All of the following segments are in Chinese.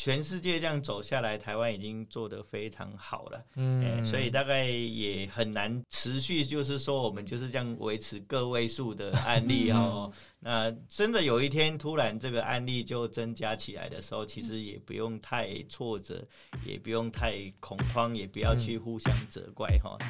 全世界这样走下来，台湾已经做得非常好了，所以大概也很难持续，就是说我们就是这样维持个位数的案例那真的有一天突然这个案例就增加起来的时候，其实也不用太挫折，也不用太恐慌，也不要去互相责怪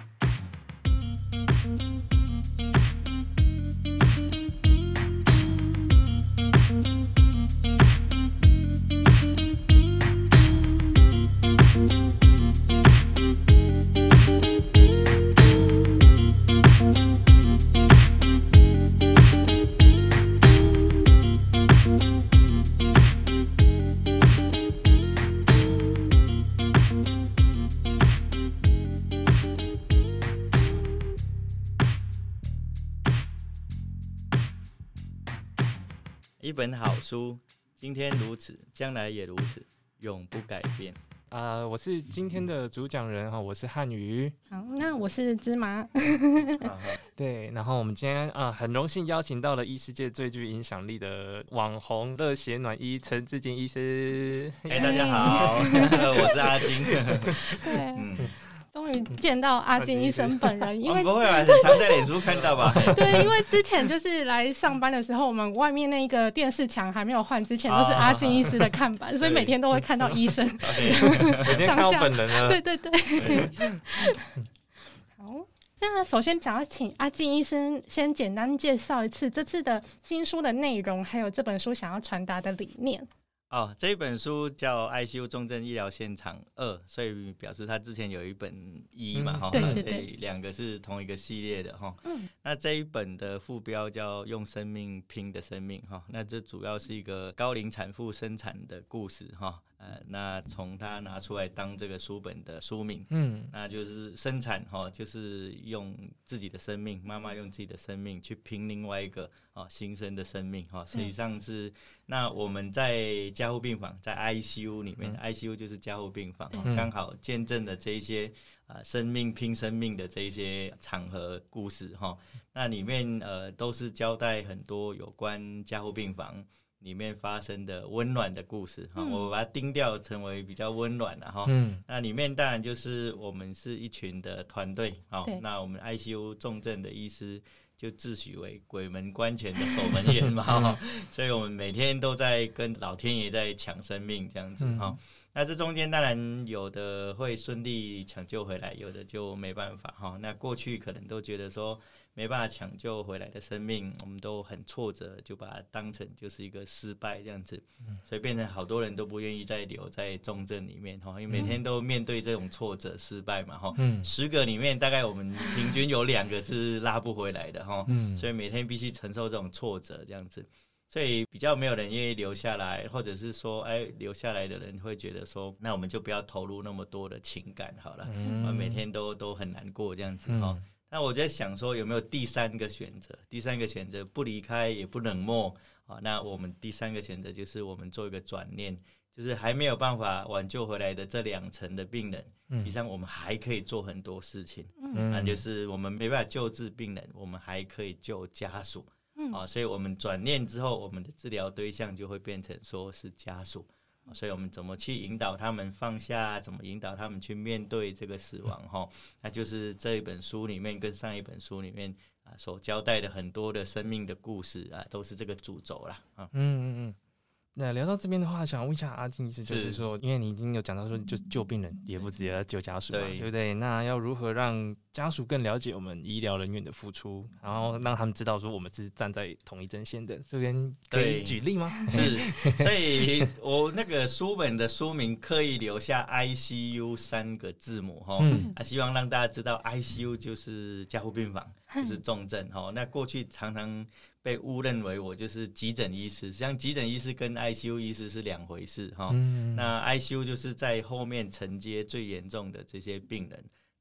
一本好书，今天如此，将来也如此，永不改变。 我是今天的主讲人我是汉语。 好，那我是芝麻。 对，然后我们今天很荣幸邀请到了医师界最具影响力的网红热血暖医陈志金医师。 大家好，我是阿金。 对。终于见到阿金医生本人，因为不会很常在脸书看到吧？ 对，因为之前就是来上班的时候，我们外面那个电视墙还没有换之前，都是阿金医师的看板，所以每天都会看到医生。 每天看到本人了。 对。好，那首先想要请阿金医生先简单介绍一次这次的新书的内容，还有这本书想要传达的理念。 这一本书叫 ICU 重症医疗现场2，所以表示他之前有一本1嘛， 对， 所以2个是同一个系列的那这一本的副标叫用生命拼的生命那这主要是一个高龄产妇生产的故事那从它拿出来当这个书本的书名，那就是生产就是用自己的生命，妈妈用自己的生命去拼另外一个新生的生命实际上是那我们在加护病房，在 ICU 里面，ICU 就是加护病房刚好见证了这一些生命拼生命的这一些场合故事那里面都是交代很多有关加护病房里面发生的温暖的故事我把它定调成为比较温暖那里面当然就是我们是一群的团队那我们 ICU 重症的医师就自诩为鬼门关前的守门员嘛所以我们每天都在跟老天爷在抢生命这样子那这中间当然有的会顺利抢救回来，有的就没办法那过去可能都觉得说没办法抢救回来的生命，我们都很挫折，就把它当成就是一个失败这样子所以变成好多人都不愿意再留在重症里面因为每天都面对这种挫折失败嘛10个里面大概我们平均有2个是拉不回来的所以每天必须承受这种挫折这样子，所以比较没有人愿意留下来，或者是说留下来的人会觉得说那我们就不要投入那么多的情感好了每天都很难过这样子那我在想说有没有第3个选择，第3个选择不离开也不冷漠那我们第3个选择就是我们做一个转念，就是还没有办法挽救回来的这2成的病人实际上我们还可以做很多事情那就是我们没办法救治病人，我们还可以救家属所以我们转念之后，我们的治疗对象就会变成说是家属所以我们怎么去引导他们放下，怎么引导他们去面对这个死亡那就是这一本书里面跟上一本书里面所交代的很多的生命的故事都是这个主轴啦那聊到这边的话，想问一下阿金医师，就是说因为你已经有讲到说就是救病人也不只要救家属嘛，对不对？那要如何让家属更了解我们医疗人员的付出，然后让他们知道说我们是站在同一阵线的，这边可以举例吗？ 是，所以我那个书本的书名刻意留下 ICU 3个字母希望让大家知道 ICU 就是加护病房，就是重症那过去常常被误认为我就是急诊医师，实际上急诊医师跟 ICU 医师是2回事那 ICU 就是在后面承接最严重的这些病人，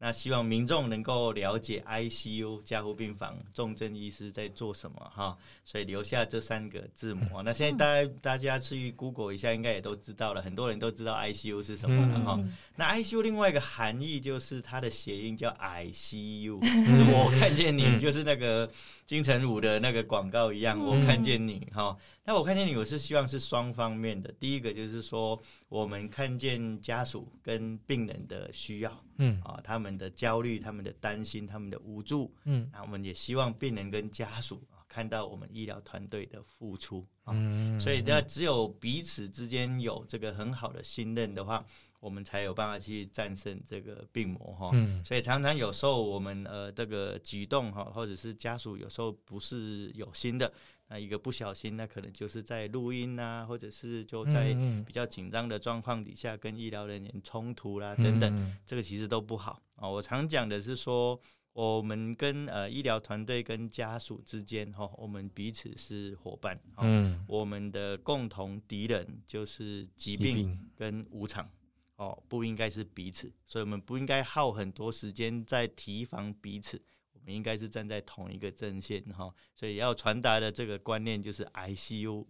那希望民众能够了解 ICU 加护病房重症医师在做什么哈，所以留下这3个字母。那现在大家去 Google 一下，应该也都知道了，很多人都知道 ICU 是什么了哈。那 ICU 另外一个含义就是它的谐音叫 ICU， 就是我看见你，就是那个金城武的那个广告一样，我看见你哈。那我看见你，我是希望是双方面的。第一个就是说，我们看见家属跟病人的需要，他们的焦虑、他们的担心、他们的无助，那我们也希望病人跟家属看到我们医疗团队的付出，所以呢，只有彼此之间有这个很好的信任的话，我们才有办法去战胜这个病魔哈。所以常常有时候我们这个举动哈，或者是家属有时候不是有心的。那一个不小心，那可能就是在录音啊，或者是就在比较紧张的状况底下跟医疗人员冲突啦等等，这个其实都不好啊。我常讲的是说，我们跟医疗团队跟家属之间我们彼此是伙伴，我们的共同敌人就是疾病跟无常，不应该是彼此，所以我们不应该耗很多时间在提防彼此。我们应该是站在同一个阵线所以要传达的这个观念就是 ICU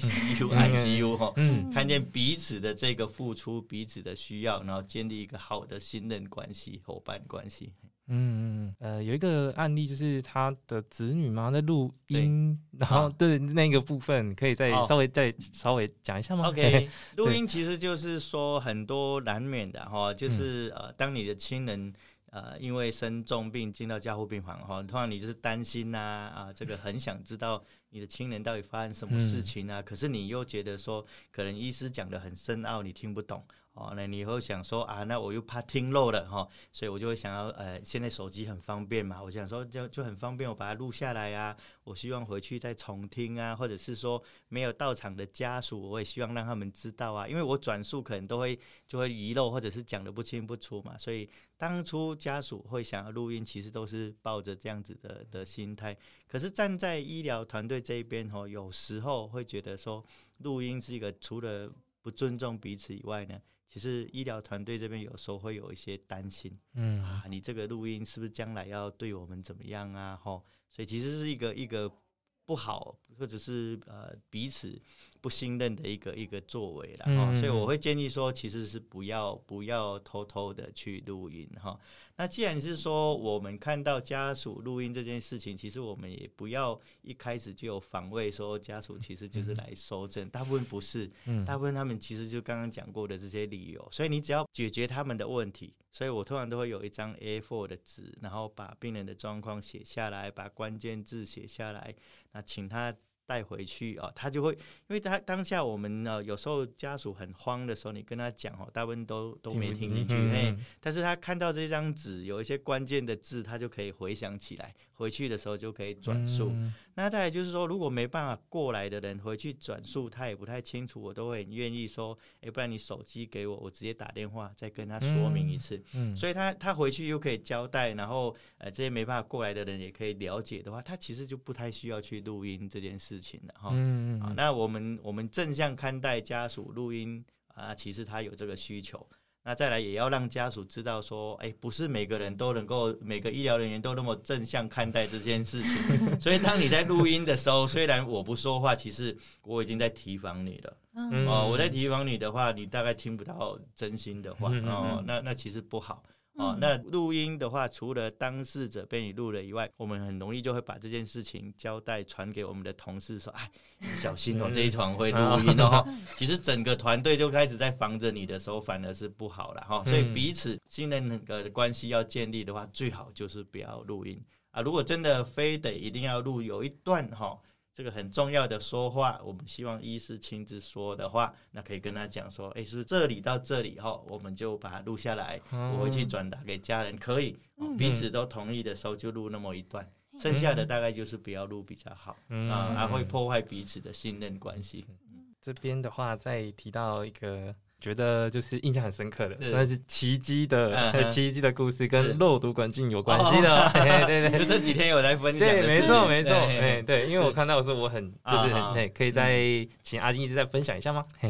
看见彼此的这个付出，彼此的需要，然后建立一个好的信任关系、伙伴关系。 有一个案例就是他的子女嘛在录音，然后对那个部分可以再稍微讲一下吗 ？OK， 录音其实就是说很多难免的就是当你的亲人。因为生重病进到加护病房通常你就是担心这个很想知道你的亲人到底发生什么事情可是你又觉得说可能医师讲得很深奥，你听不懂那你会想说那我又怕听漏了所以我就会想要现在手机很方便嘛，我想说就很方便，我把它录下来我希望回去再重听或者是说没有到场的家属，我也希望让他们知道因为我转述可能就会遗漏或者是讲得不清不楚嘛，所以当初家属会想要录音，其实都是抱着这样子的心态。可是站在医疗团队这一边有时候会觉得说录音是一个除了不尊重彼此以外呢，其实医疗团队这边有时候会有一些担心，你这个录音是不是将来要对我们怎么样所以其实是一个不好，或者是彼此不信任的一个作为啦所以我会建议说，其实是不要偷偷的去录音那既然是说我们看到家属录音这件事情，其实我们也不要一开始就有防卫说家属其实就是来搜证，大部分不是，大部分他们其实就刚刚讲过的这些理由，所以你只要解决他们的问题。所以我通常都会有一张 A4 的纸，然后把病人的状况写下来，把关键字写下来，那请他带回去他就会，因为他当下我们有时候家属很慌的时候，你跟他讲大部分都没听进去但是他看到这张纸有一些关键的字，他就可以回想起来，回去的时候就可以转述那再来就是说，如果没办法过来的人回去转述他也不太清楚，我都会很愿意说不然你手机给我，我直接打电话再跟他说明一次所以他回去又可以交代，然后这些没办法过来的人也可以了解的话，他其实就不太需要去录音这件事情了那我们正向看待家属录音其实他有这个需求，那再来也要让家属知道说不是每个人都能够，每个医疗人员都那么正向看待这件事情所以当你在录音的时候，虽然我不说话，其实我已经在提防你了我在提防你的话，你大概听不到真心的话那其实不好那录音的话，除了当事者被你录了以外，我们很容易就会把这件事情交代传给我们的同事说你小心这一场会录音其实整个团队就开始在防着你的时候，反而是不好了所以彼此信任的关系要建立的话，最好就是不要录音如果真的非得一定要录，有一段这个很重要的说话，我们希望医师亲自说的话，那可以跟他讲说是不是这里到这里我们就把它录下来我会去转达给家人，可以彼此都同意的时候就录那么一段剩下的大概就是不要录比较好会破坏彼此的信任关系这边的话再提到一个觉得就是印象很深刻的，算是奇迹的故事，跟肉毒管径有关系的对就这几天有在分享对，没错对，因为我看到的时候我很就是可以再请阿金医师再分享一下吗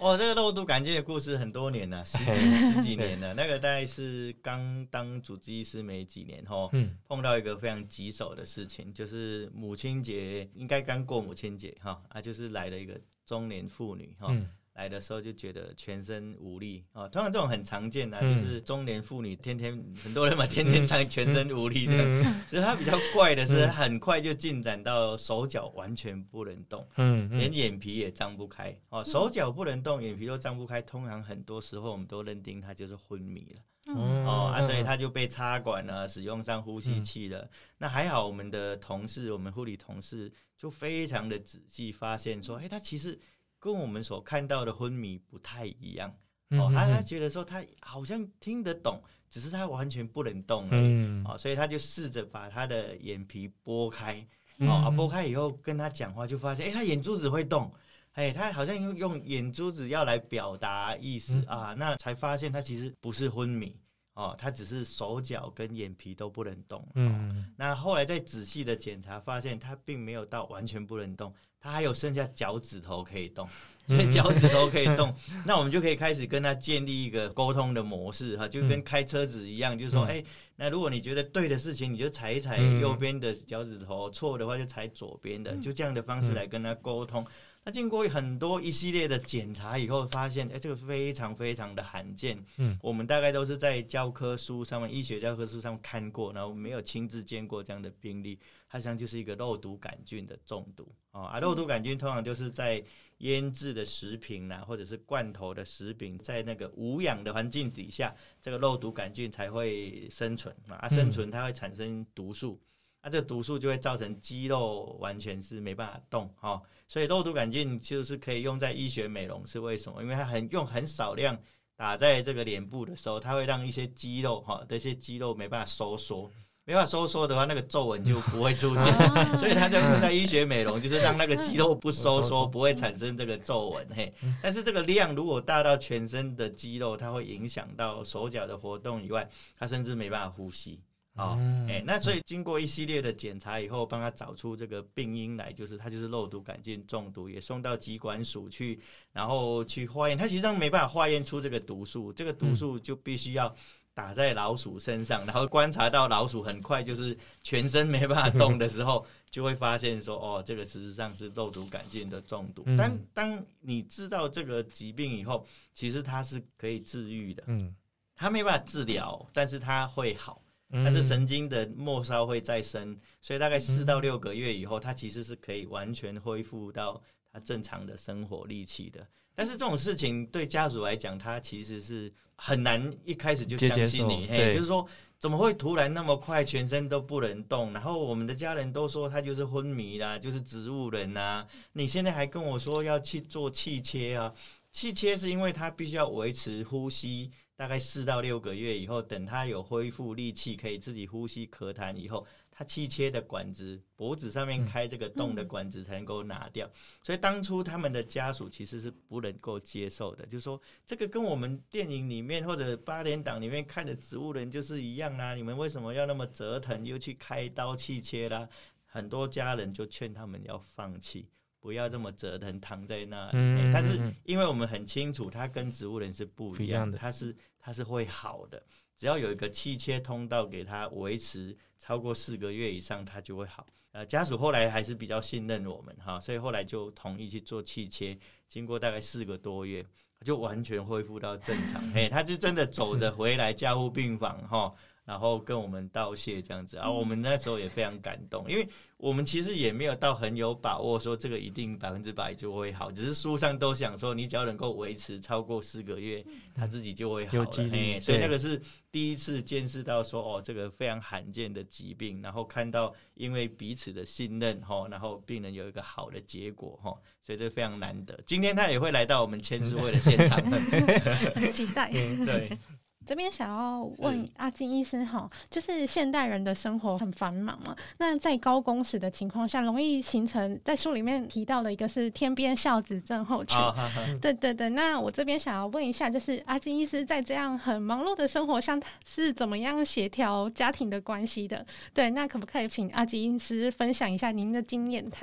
哦，这个肉毒杆菌的故事很多年了，十几年了。那个大概是刚当主治医师没几年后，碰到一个非常棘手的事情，就是母亲节应该刚过母亲节就是来了一个中年妇女来的时候就觉得全身无力通常这种很常见就是中年妇女天天很多人嘛，天天全身无力的。只是她比较怪的是，很快就进展到手脚完全不能动，连眼皮也张不开手脚不能动，眼皮都张不开，通常很多时候我们都认定她就是昏迷了。所以她就被插管了，使用上呼吸器了。那还好，我们的同事，我们护理同事就非常的仔细发现说，她其实跟我们所看到的昏迷不太一样他觉得说他好像听得懂，只是他完全不能动而已所以他就试着把他的眼皮拨开拨开以后跟他讲话，就发现他眼珠子会动，他好像用眼珠子要来表达意思那才发现他其实不是昏迷他只是手脚跟眼皮都不能动那后来再仔细的检查，发现他并没有到完全不能动，他还有剩下脚趾头可以动，所以脚趾头可以动那我们就可以开始跟他建立一个沟通的模式就跟开车子一样，就是说那如果你觉得对的事情，你就踩一踩右边的脚趾头，错的话就踩左边的，就这样的方式来跟他沟通那经过很多一系列的检查以后，发现这个非常非常的罕见我们大概都是在教科书上面，医学教科书上看过，然后没有亲自见过这样的病例。它实际上就是一个肉毒杆菌的中毒肉毒杆菌通常就是在腌制的食品或者是罐头的食品，在那个无氧的环境底下，这个肉毒杆菌才会生存生存它会产生毒素这个毒素就会造成肌肉完全是没办法动所以肉毒杆菌就是可以用在医学美容，是为什么？因为它用很少量打在这个脸部的时候，它会让一些肌肉这些肌肉没办法收缩，没办法收缩的话，那个皱纹就不会出现所以它就用在医学美容，就是让那个肌肉不收缩，不会产生这个皱纹但是这个量如果大到全身的肌肉，它会影响到手脚的活动以外，它甚至没办法呼吸那所以经过一系列的检查以后，帮他找出这个病因来，就是他就是肉毒杆菌中毒，也送到疾管署去，然后去化验，他实际上没办法化验出这个毒素，这个毒素就必须要打在老鼠身上，然后观察到老鼠很快就是全身没办法动的时候就会发现说这个事实上是肉毒杆菌的中毒但当你知道这个疾病以后，其实它是可以治愈的它没办法治疗，但是它会好，但是神经的末梢会再生，所以大概4到6个月以后，它其实是可以完全恢复到它正常的生活力气的。但是这种事情对家属来讲，他其实是很难一开始就相信你就是说怎么会突然那么快全身都不能动，然后我们的家人都说他就是昏迷啦，就是植物人你现在还跟我说要去做气切气切是因为他必须要维持呼吸大概4到6个月以后，等他有恢复力气可以自己呼吸咳痰以后，他气切的管子脖子上面开这个洞的管子才能够拿掉所以当初他们的家属其实是不能够接受的，就是说这个跟我们电影里面或者8点档里面看的植物人就是一样你们为什么要那么折腾又去开刀气切啦？很多家人就劝他们要放弃，不要这么折腾躺在那里但是因为我们很清楚它跟植物人是不一样的，它是会好的，只要有一个气切通道给它维持超过4个月以上，它就会好家属后来还是比较信任我们所以后来就同意去做气切，经过大概4个多月就完全恢复到正常他就真的走着回来加护病房然后跟我们道谢这样子我们那时候也非常感动，因为我们其实也没有到很有把握说这个一定100%就会好，只是书上都想说你只要能够维持超过4个月他自己就会好了所以那个是第一次见识到说这个非常罕见的疾病，然后看到因为彼此的信任然后病人有一个好的结果所以这非常难得。今天他也会来到我们签书会的现场很期待对这边想要问阿金医师就是现代人的生活很繁忙嘛，那在高工时的情况下，容易形成在书里面提到的一个是天边孝子症候群对对对，那我这边想要问一下，就是阿金医师在这样很忙碌的生活上是怎么样协调家庭的关系的？对，那可不可以请阿金医师分享一下您的经验谈？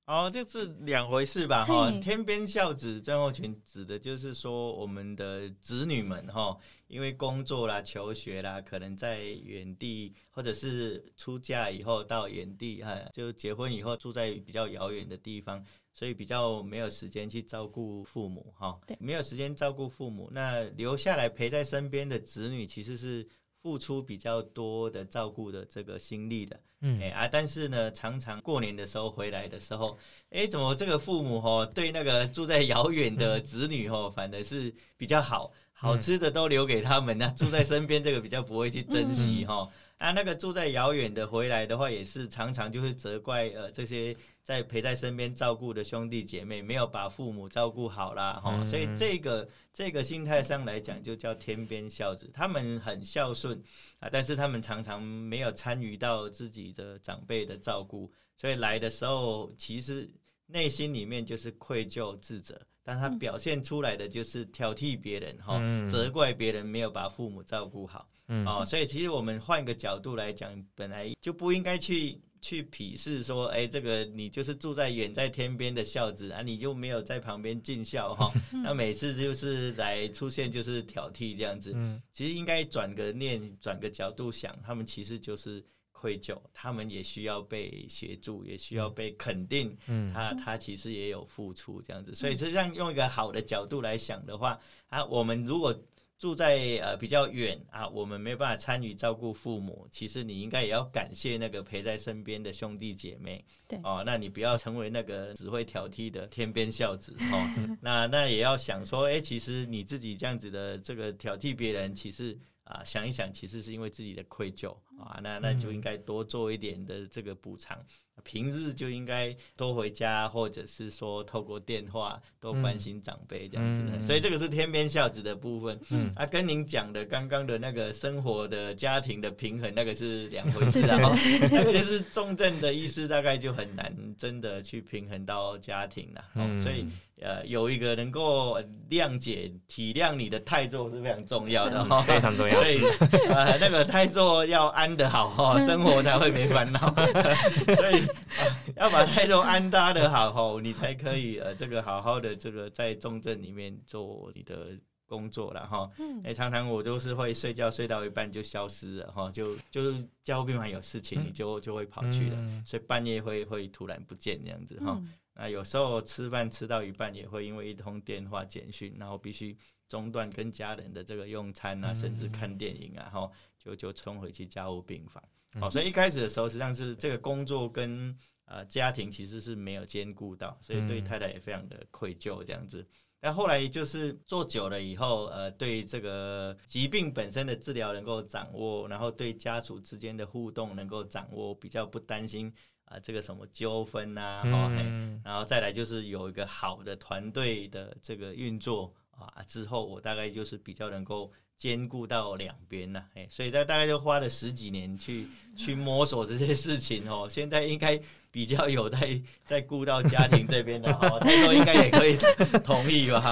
这是两回事吧天边孝子症候群指的就是说我们的子女们因为工作啦、求学啦，可能在远地，或者是出嫁以后到远地就结婚以后住在比较遥远的地方，所以比较没有时间去照顾父母没有时间照顾父母，那留下来陪在身边的子女其实是付出比较多的照顾的这个心力的但是呢常常过年的时候回来的时候怎么这个父母对那个住在遥远的子女反而是比较好吃的都留给他们住在身边这个比较不会去珍惜那个住在遥远的回来的话，也是常常就会责怪这些陪在身边照顾的兄弟姐妹没有把父母照顾好啦所以这个心态上来讲就叫天边孝子，他们很孝顺但是他们常常没有参与到自己的长辈的照顾，所以来的时候其实内心里面就是愧疚自责，但他表现出来的就是挑剔别人责怪别人没有把父母照顾好所以其实我们换个角度来讲，本来就不应该去鄙视说这个你就是住在远在天边的孝子你就没有在旁边尽孝那每次就是来出现就是挑剔这样子其实应该转个念转个角度想，他们其实就是愧疚，他们也需要被协助，也需要被肯定他其实也有付出这样子所以实际上用一个好的角度来想的话我们如果住在比较远我们没有办法参与照顾父母，其实你应该也要感谢那个陪在身边的兄弟姐妹对那你不要成为那个只会挑剔的天边孝子那也要想说其实你自己这样子的这个挑剔别人，其实想一想其实是因为自己的愧疚那就应该多做一点的这个补偿，平日就应该多回家，或者是说透过电话多关心长辈这样子所以这个是天边孝子的部分跟您讲的刚刚的那个生活的家庭的平衡那个是两回事那个就是重症的医师大概就很难真的去平衡到家庭所以有一个能够谅解体谅你的太座是非常重要的非常重要， 所以那个太座要安得好生活才会没烦恼所以要把太座安搭得好你才可以这个好好的这个在重症里面做你的工作啦常常我都是会睡觉睡到一半就消失了就是加护病房有事情你就会跑去了所以半夜会突然不见这样子那有时候吃饭吃到一半也会因为一通电话简讯，然后必须中断跟家人的这个用餐甚至看电影就冲回去加护病房所以一开始的时候实际上是这个工作跟家庭其实是没有兼顾到，所以对太太也非常的愧疚这样子但后来就是做久了以后对这个疾病本身的治疗能够掌握，然后对家属之间的互动能够掌握，比较不担心这个什么纠纷然后再来就是有一个好的团队的这个运作之后我大概就是比较能够兼顾到两边所以大概就花了10几年去摸索这些事情现在应该比较有在顾到家庭这边的太座应该也可以同意吧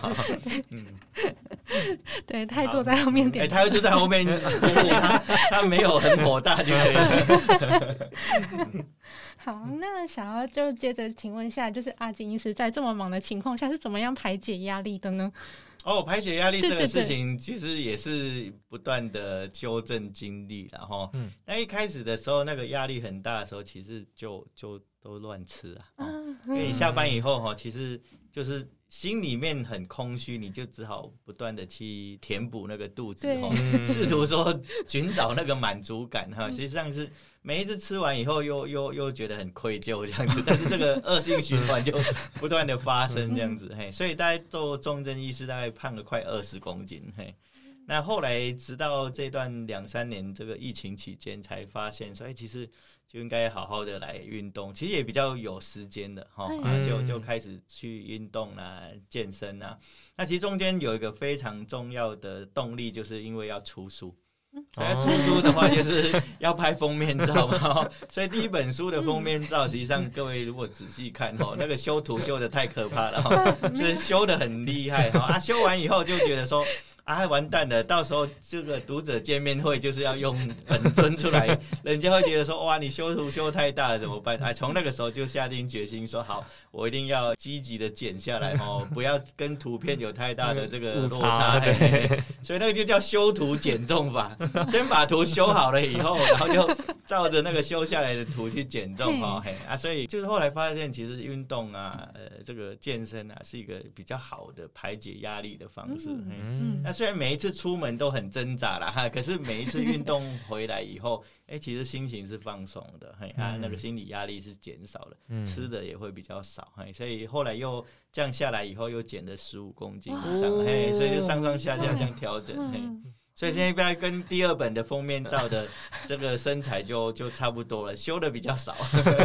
对，太座在后面点太座在后面他没有很火大就可以了好，那想要就接着请问一下，就是阿金医师在这么忙的情况下是怎么样排解压力的呢？ 排解压力这个事情其实也是不断的修正经历啦那一开始的时候那个压力很大的时候其实就都乱吃因为你下班以后其实就是心里面很空虚，你就只好不断的去填补那个肚子试图说寻找那个满足感实际上是每一次吃完以后又觉得很愧疚这样子，但是这个恶性循环就不断的发生这样子所以大概做重症医师大概胖了快20公斤那后来直到这段2-3年这个疫情期间才发现说其实就应该好好的来运动，其实也比较有时间的就开始去运动健身那其实中间有一个非常重要的动力，就是因为要出书所以出书的话就是要拍封面照嘛所以第一本书的封面照实际上各位如果仔细看那个修图修得太可怕了就是修得很厉害修完以后就觉得说啊，完蛋了！到时候这个读者见面会就是要用本尊出来，人家会觉得说，哇，你修图修太大了怎么办？哎，从那个时候就下定决心说，好，我一定要积极的减下来哦，不要跟图片有太大的这个落差。所以那个就叫修图减重法，先把图修好了以后，然后就照着那个修下来的图去减重哦。所以就是后来发现，其实运动啊，这个健身啊，是一个比较好的排解压力的方式。那虽然每一次出门都很挣扎啦，可是每一次运动回来以后，其实心情是放松的，那个心理压力是减少了，吃的也会比较少，所以后来又这样下来以后，又减了15公斤以上，所以就上上下下这样调整，所以现在跟第2本的封面照的这个身材就差不多了，修的比较少。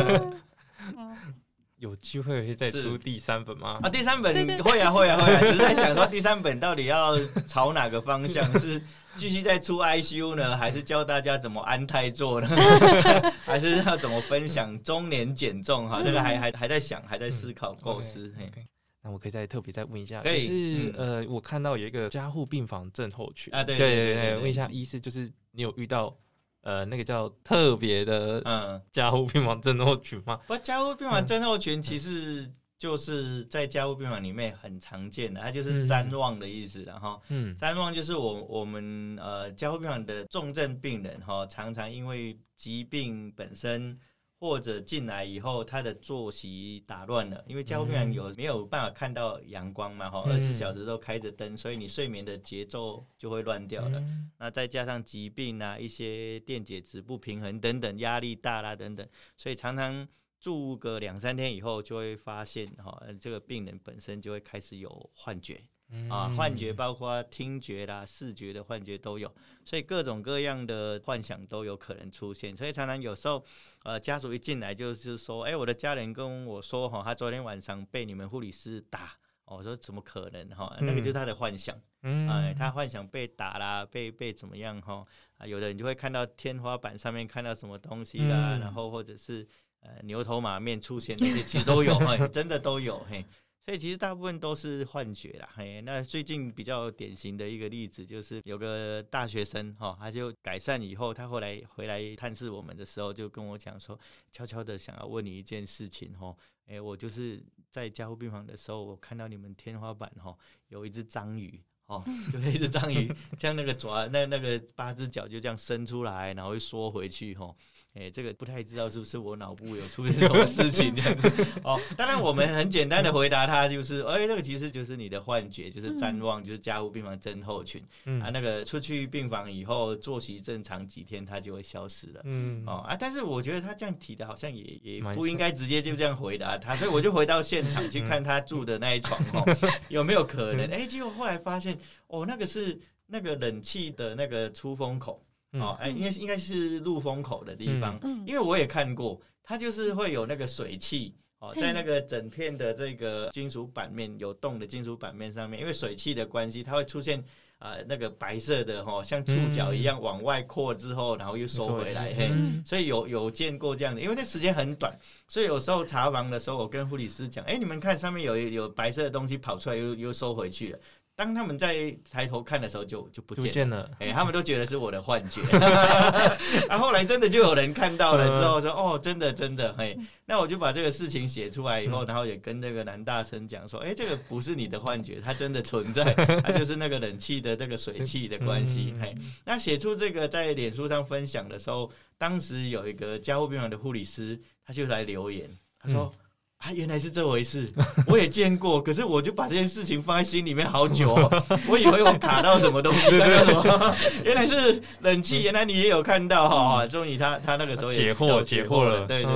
有机会会再出第3本吗？ 第3本会啊，只是在想说第3本到底要朝哪个方向？是继续再出 ICU 呢，还是教大家怎么安泰做呢？还是要怎么分享中年减重？哈，这个还在想，还在思考构思。 那我可以特别再问一下， 可以就是我看到有一个加护病房症候群啊，对， 问一下医师，就是你有遇到那个叫特别的加护病房症候群吗？ 加护病房症候群其实就是在加护病房里面很常见的，它就是谵妄的意思，然后谵妄就是我们加护病房的重症病人常常因为疾病本身，或者进来以后他的作息打乱了，因为加护病房没有办法看到阳光嘛，24小时都开着灯，所以你睡眠的节奏就会乱掉了。那再加上疾病啊，一些电解质不平衡等等，压力大啦等等，所以常常住个2-3天以后，就会发现这个病人本身就会开始有幻觉。幻觉包括听觉啦、视觉的幻觉都有，所以各种各样的幻想都有可能出现。所以常常有时候，家属一进来就是说，我的家人跟我说，他昨天晚上被你们护理师打。我说怎么可能？那个就是他的幻想。他幻想被打啦，被怎么样？有的人就会看到天花板上面看到什么东西啦，然后或者是牛头马面出现那些，其实都有，真的都有。所以其实大部分都是幻觉啦。那最近比较典型的一个例子就是有个大学生他就改善以后，他后来回来探视我们的时候，就跟我讲说，悄悄的想要问你一件事情。我就是在加护病房的时候，我看到你们天花板有一只章鱼。就一只章鱼，像那个爪那个8只脚就这样伸出来，然后会缩回去。这个不太知道是不是我脑部有出现什么事情这样子。当然我们很简单的回答他就是，这个其实就是你的幻觉，就是谵妄，就是加护病房症候群。那个出去病房以后作息正常几天，它就会消失了。但是我觉得他这样提的好像也不应该直接就这样回答他，所以我就回到现场去看他住的那一床有没有可能。结果后来发现那个是那个冷气的那个出风口。应该是入风口的地方。因为我也看过，它就是会有那个水汽在那个整片的这个金属板面有洞的金属板面上面，因为水汽的关系，它会出现那个白色的像触角一样往外扩之后，然后又收回来。所以有见过这样的，因为那时间很短，所以有时候查房的时候，我跟护理师讲，你们看上面有白色的东西跑出来，又收回去了。当他们在抬头看的时候就不见了，他们都觉得是我的幻觉。后来真的就有人看到了之后说，真的，那我就把这个事情写出来以后，然后也跟那个男大生讲说，这个不是你的幻觉，它真的存在，它就是那个冷气的这个水汽的关系。那写出这个在脸书上分享的时候，当时有一个加护病房的护理师，他就来留言，他说。原来是这回事，我也见过，可是我就把这件事情放在心里面好久。我以为我卡到什么东西，原来是冷气，原来你也有看到终于他那个时候也解惑了，对。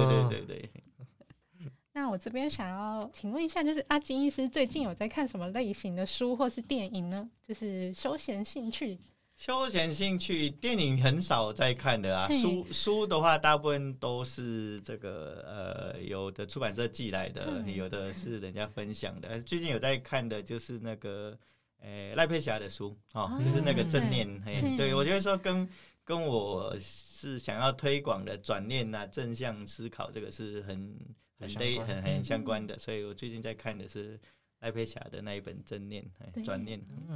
那我这边想要请问一下，就是阿金医师最近有在看什么类型的书或是电影呢？就是休闲兴趣。 电影很少在看的啊。书的话，大部分都是这个有的出版社寄来的，有的是人家分享的。最近有在看的就是那个赖佩霞的书，就是那个正念。对，我觉得说跟我是想要推广的转念啊、正向思考，这个是很相关的，所以我最近在看的是赖佩霞的那一本正念转念。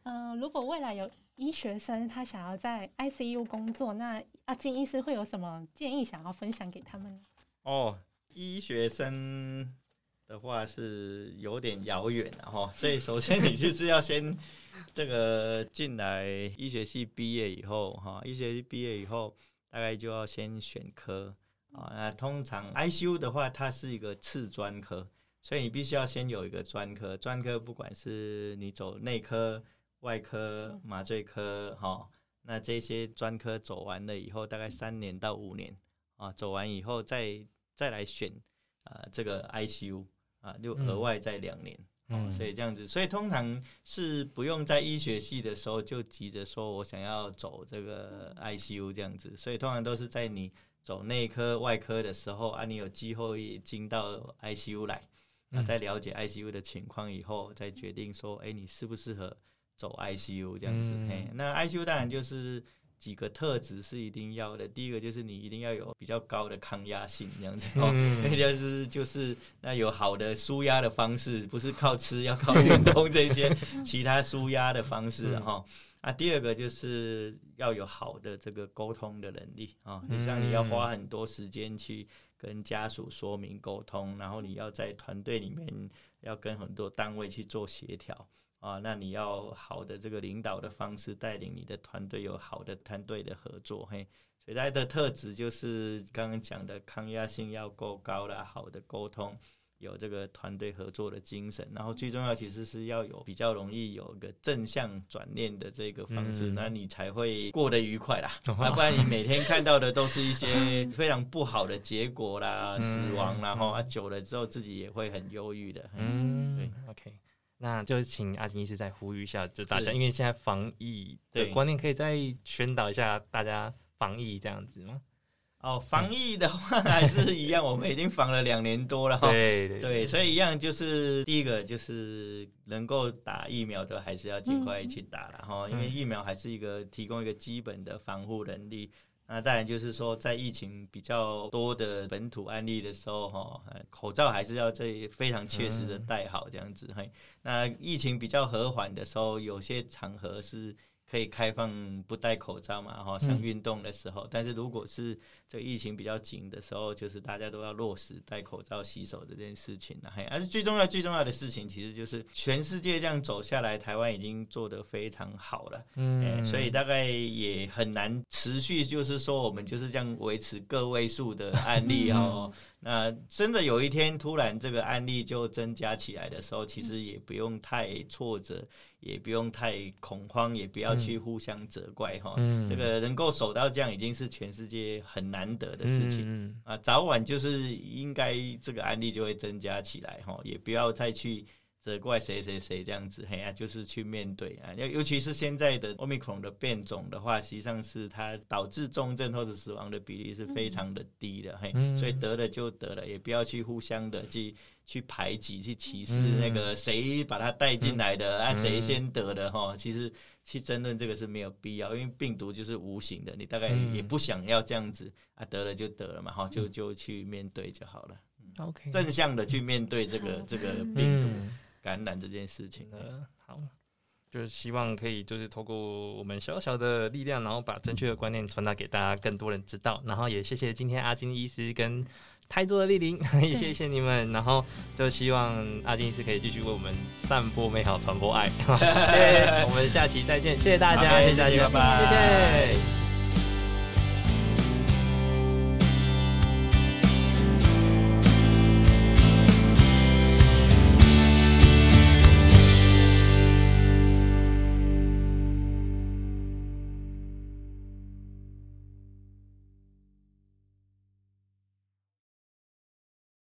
如果未来有医学生他想要在 ICU 工作，那阿金医师会有什么建议想要分享给他们呢？ 医学生的话是有点遥远了所以首先你就是要先这个进来医学系毕业以后医学系毕业以后大概就要先选科那通常 ICU 的话它是一个次专科，所以你必须要先有一个专科，专科不管是你走内科、外科、麻醉科那这些专科走完了以后大概3年到5年走完以后再来选这个 ICU就额外再2年所以这样子，所以通常是不用在医学系的时候就急着说我想要走这个 ICU 这样子，所以通常都是在你走内科外科的时候你有机会进到 ICU 来再了解 ICU 的情况以后再决定说你适不适合走 ICU 这样子那 ICU 当然就是几个特质是一定要的，第一个就是你一定要有比较高的抗压性这样子就是那有好的舒压的方式，不是靠吃，要靠运动这些其他舒压的方式第二个就是要有好的这个沟通的能力就像你要花很多时间去跟家属说明沟通，然后你要在团队里面要跟很多单位去做协调那你要好的这个领导的方式带领你的团队有好的团队的合作所以它的特质就是刚刚讲的抗压性要够高啦，好的沟通，有这个团队合作的精神，然后最重要其实是要有比较容易有一个正向转念的这个方式那你才会过得愉快啦不然你每天看到的都是一些非常不好的结果啦死亡啦久了之后自己也会很忧郁的对 OK，那就请阿金医师再呼吁一下，就大家因为现在防疫的观念，可以再宣导一下大家防疫这样子吗？ 防疫的话还是一样，我们已经防了2年多了对，所以一样就是第一个就是能够打疫苗的还是要尽快去打了因为疫苗还是提供一个基本的防护能力。那当然就是说在疫情比较多的本土案例的时候口罩还是要非常切实的戴好这样子那疫情比较和缓的时候有些场合是可以开放不戴口罩嘛像运动的时候但是如果是这个疫情比较紧的时候就是大家都要落实戴口罩洗手这件事情而且最重要的事情其实就是全世界这样走下来台湾已经做得非常好了所以大概也很难持续就是说我们就是这样维持个位数的案例那真的有一天突然这个案例就增加起来的时候其实也不用太挫折也不用太恐慌也不要去互相责怪这个能够守到这样已经是全世界很难得的事情早晚就是应该这个案例就会增加起来也不要再去责怪谁这样子就是去面对尤其是现在的 Omicron 的变种的话实际上是它导致重症或者死亡的比例是非常的低的所以得了就得了也不要去互相的去排挤去歧视那个谁把它带进来的谁先得的其实去争论这个是没有必要，因为病毒就是无形的你大概也不想要这样子得了就得了嘛就去面对就好了 OK， 正向的去面对这个病毒感染这件事情好，就是希望可以就是透过我们小小的力量然后把正确的观念传达给大家更多人知道，然后也谢谢今天阿金医师跟台州的莅临也谢谢你们，然后就希望阿金医师可以继续为我们散播美好传播爱我们下期再见，谢谢大家，谢谢大家，拜拜，谢谢。